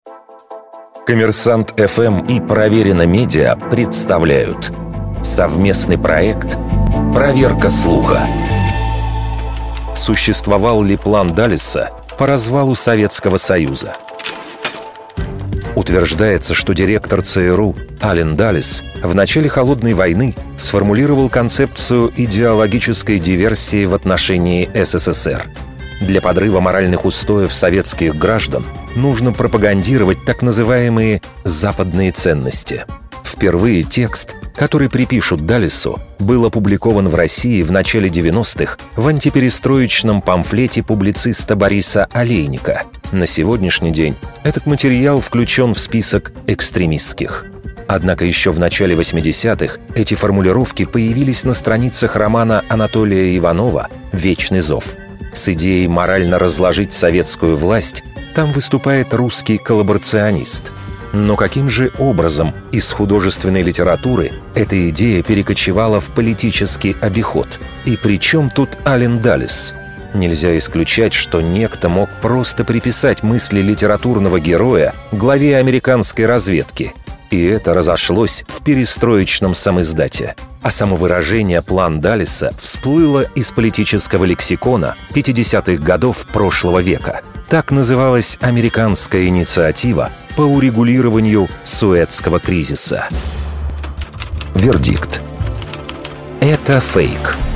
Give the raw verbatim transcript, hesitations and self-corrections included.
Коммерсант эф эм и Проверено Медиа представляют совместный проект «Проверка слуха». Существовал ли план Даллеса по развалу Советского Союза? Утверждается, что директор ЦРУ Аллен Даллес в начале Холодной войны сформулировал концепцию идеологической диверсии в отношении эс эс эс эр. Для подрыва моральных устоев советских граждан нужно пропагандировать так называемые «западные ценности». Впервые текст, который припишут Даллесу, был опубликован в России в начале девяностых в антиперестроечном памфлете публициста Бориса Олейника. На сегодняшний день этот материал включен в список экстремистских. Однако еще в начале восьмидесятых эти формулировки появились на страницах романа Анатолия Иванова «Вечный зов». С идеей морально разложить советскую власть там выступает русский коллаборационист. Но каким же образом из художественной литературы эта идея перекочевала в политический обиход? И при чем тут Аллен Даллес? Нельзя исключать, что некто мог просто приписать мысли литературного героя главе американской разведки. И это разошлось в перестроечном самиздате. А самовыражение «план Даллеса» всплыло из политического лексикона пятидесятых годов прошлого века. Так называлась американская инициатива по урегулированию Суэцкого кризиса. Вердикт. Это фейк.